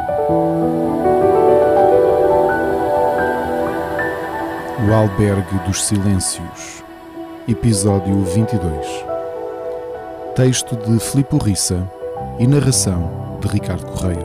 O Albergue dos Silêncios, Episódio 22. Texto de Filipe Urriça e narração de Ricardo Correia.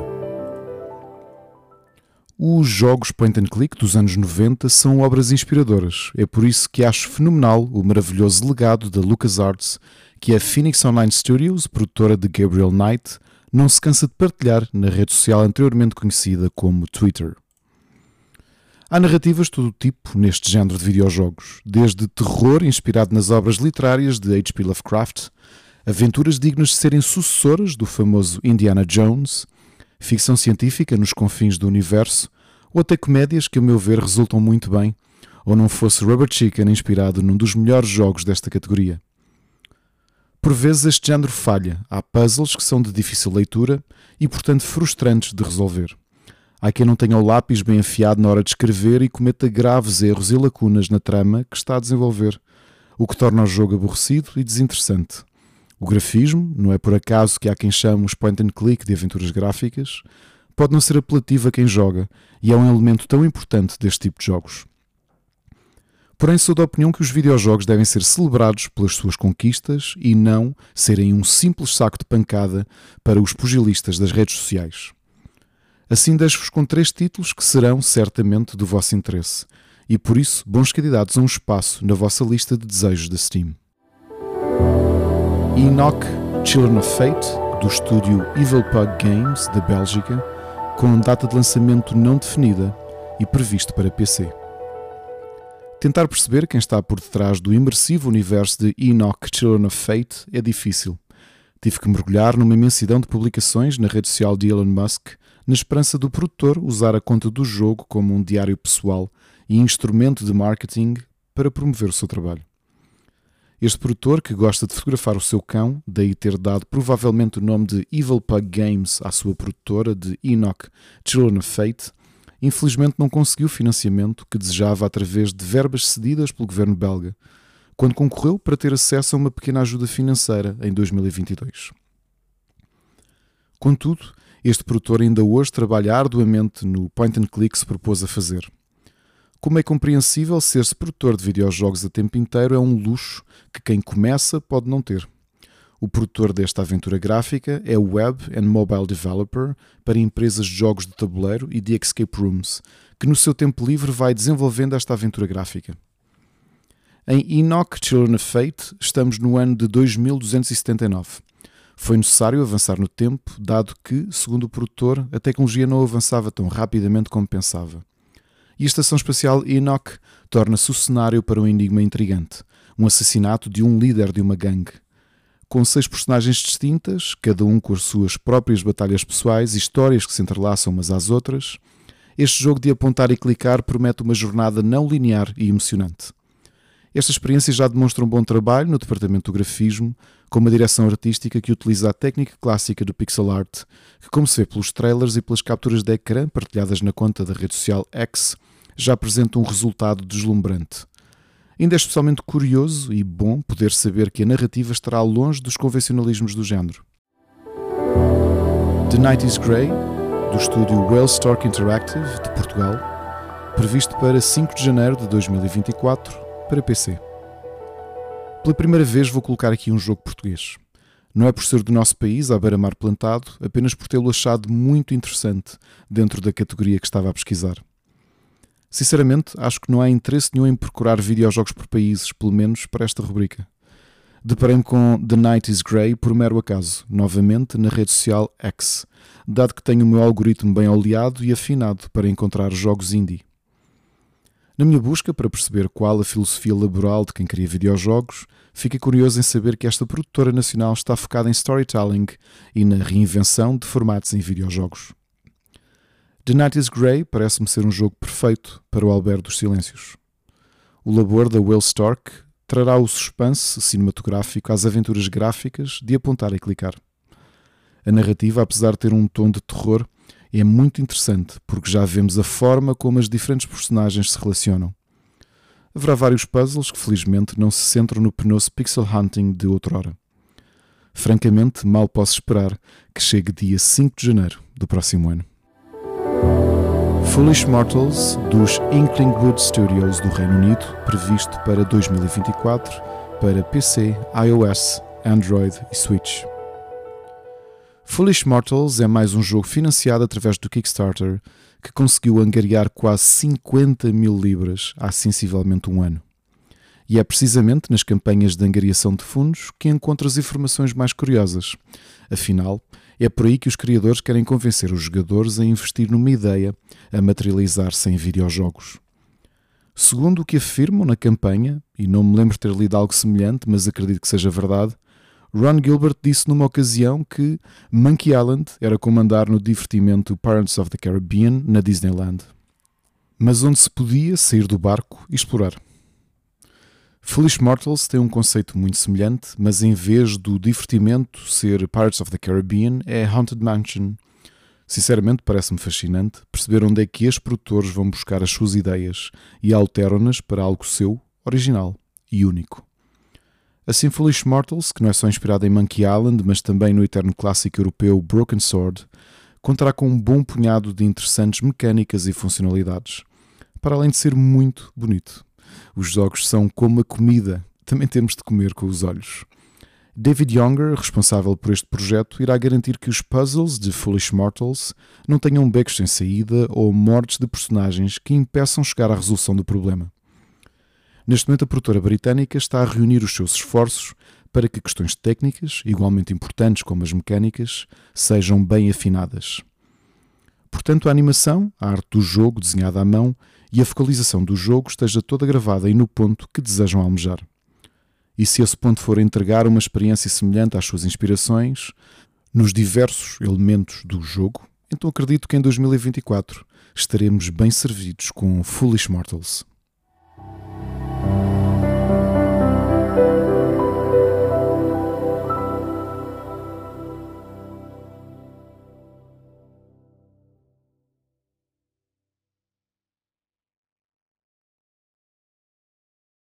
Os jogos point and click dos anos 90 são obras inspiradoras. É por isso que acho fenomenal o maravilhoso legado da LucasArts que a Phoenix Online Studios, produtora de Gabriel Knight, não se cansa de partilhar na rede social anteriormente conhecida como Twitter. Há narrativas de todo o tipo neste género de videojogos, desde terror inspirado nas obras literárias de H.P. Lovecraft, aventuras dignas de serem sucessoras do famoso Indiana Jones, ficção científica nos confins do universo, ou até comédias que, a meu ver, resultam muito bem, ou não fosse Rubber Chicken inspirado num dos melhores jogos desta categoria. Por vezes este género falha, há puzzles que são de difícil leitura e, portanto, frustrantes de resolver. Há quem não tenha o lápis bem afiado na hora de escrever e cometa graves erros e lacunas na trama que está a desenvolver, o que torna o jogo aborrecido e desinteressante. O grafismo, não é por acaso que há quem chame os point and click de aventuras gráficas, pode não ser apelativo a quem joga e é um elemento tão importante deste tipo de jogos. Porém, sou da opinião que os videojogos devem ser celebrados pelas suas conquistas e não serem um simples saco de pancada para os pugilistas das redes sociais. Assim deixo-vos com 3 títulos que serão certamente do vosso interesse e por isso bons candidatos a um espaço na vossa lista de desejos da Steam. Enoch Children of Fate, do estúdio Evil Pug Games, da Bélgica, com data de lançamento não definida e previsto para PC. Tentar perceber quem está por detrás do imersivo universo de Enoch Children of Fate é difícil. Tive que mergulhar numa imensidão de publicações na rede social de Elon Musk, na esperança do produtor usar a conta do jogo como um diário pessoal e instrumento de marketing para promover o seu trabalho. Este produtor, que gosta de fotografar o seu cão, daí ter dado provavelmente o nome de Evil Pug Games à sua produtora de Enoch Children of Fate, infelizmente não conseguiu o financiamento que desejava através de verbas cedidas pelo governo belga, quando concorreu para ter acesso a uma pequena ajuda financeira em 2022. Contudo, este produtor ainda hoje trabalha arduamente no point and click que se propôs a fazer. Como é compreensível, ser-se produtor de videojogos a tempo inteiro é um luxo que quem começa pode não ter. O produtor desta aventura gráfica é o Web and Mobile Developer para empresas de jogos de tabuleiro e de escape rooms, que no seu tempo livre vai desenvolvendo esta aventura gráfica. Em Enoch Children of Fate estamos no ano de 2279. Foi necessário avançar no tempo, dado que, segundo o produtor, a tecnologia não avançava tão rapidamente como pensava. E a estação espacial Enoch torna-se o cenário para um enigma intrigante, um assassinato de um líder de uma gangue. Com 6 personagens distintas, cada um com as suas próprias batalhas pessoais e histórias que se entrelaçam umas às outras, este jogo de apontar e clicar promete uma jornada não linear e emocionante. Esta experiência já demonstra um bom trabalho no departamento do grafismo, com uma direção artística que utiliza a técnica clássica do pixel art, que, como se vê pelos trailers e pelas capturas de ecrã partilhadas na conta da rede social X, já apresenta um resultado deslumbrante. Ainda é especialmente curioso e bom poder saber que a narrativa estará longe dos convencionalismos do género. The Night is Grey, do estúdio Whalestork Interactive, de Portugal, previsto para 5 de janeiro de 2024, para PC. Pela primeira vez vou colocar aqui um jogo português. Não é por ser do nosso país, à beira-mar plantado, apenas por tê-lo achado muito interessante dentro da categoria que estava a pesquisar. Sinceramente, acho que não há interesse nenhum em procurar videojogos por países, pelo menos para esta rubrica. Deparei-me com The Night is Grey por mero acaso, novamente na rede social X, dado que tenho o meu algoritmo bem oleado e afinado para encontrar jogos indie. Na minha busca para perceber qual a filosofia laboral de quem cria videojogos, fiquei curioso em saber que esta produtora nacional está focada em storytelling e na reinvenção de formatos em videojogos. The Night is Grey parece-me ser um jogo perfeito para o Albergue dos Silêncios. O labor da Whalestork trará o suspense cinematográfico às aventuras gráficas de apontar e clicar. A narrativa, apesar de ter um tom de terror, é muito interessante porque já vemos a forma como as diferentes personagens se relacionam. Haverá vários puzzles que felizmente não se centram no penoso pixel hunting de outrora. Francamente, mal posso esperar que chegue dia 5 de janeiro do próximo ano. Foolish Mortals, dos Inklingwood Studios do Reino Unido, previsto para 2024 para PC, iOS, Android e Switch. Foolish Mortals é mais um jogo financiado através do Kickstarter que conseguiu angariar quase 50 mil libras há sensivelmente um ano. E é precisamente nas campanhas de angariação de fundos que encontra as informações mais curiosas. Afinal, é por aí que os criadores querem convencer os jogadores a investir numa ideia a materializar-se em videojogos. Segundo o que afirmam na campanha, e não me lembro de ter lido algo semelhante, mas acredito que seja verdade, Ron Gilbert disse numa ocasião que Monkey Island era como andar no divertimento Pirates of the Caribbean na Disneyland, mas onde se podia sair do barco e explorar. Foolish Mortals tem um conceito muito semelhante, mas em vez do divertimento ser Pirates of the Caribbean, é Haunted Mansion. Sinceramente, parece-me fascinante perceber onde é que estes produtores vão buscar as suas ideias e alteram-nas para algo seu, original e único. Assim, Foolish Mortals, que não é só inspirado em Monkey Island, mas também no eterno clássico europeu Broken Sword, contará com um bom punhado de interessantes mecânicas e funcionalidades, para além de ser muito bonito. Os jogos são como a comida, também temos de comer com os olhos. David Younger, responsável por este projeto, irá garantir que os puzzles de Foolish Mortals não tenham becos sem saída ou mortes de personagens que impeçam chegar à resolução do problema. Neste momento, a produtora britânica está a reunir os seus esforços para que questões técnicas, igualmente importantes como as mecânicas, sejam bem afinadas. Portanto, a animação, a arte do jogo desenhada à mão e a focalização do jogo esteja toda gravada aí no ponto que desejam almejar. E se esse ponto for entregar uma experiência semelhante às suas inspirações, nos diversos elementos do jogo, então acredito que em 2024 estaremos bem servidos com Foolish Mortals.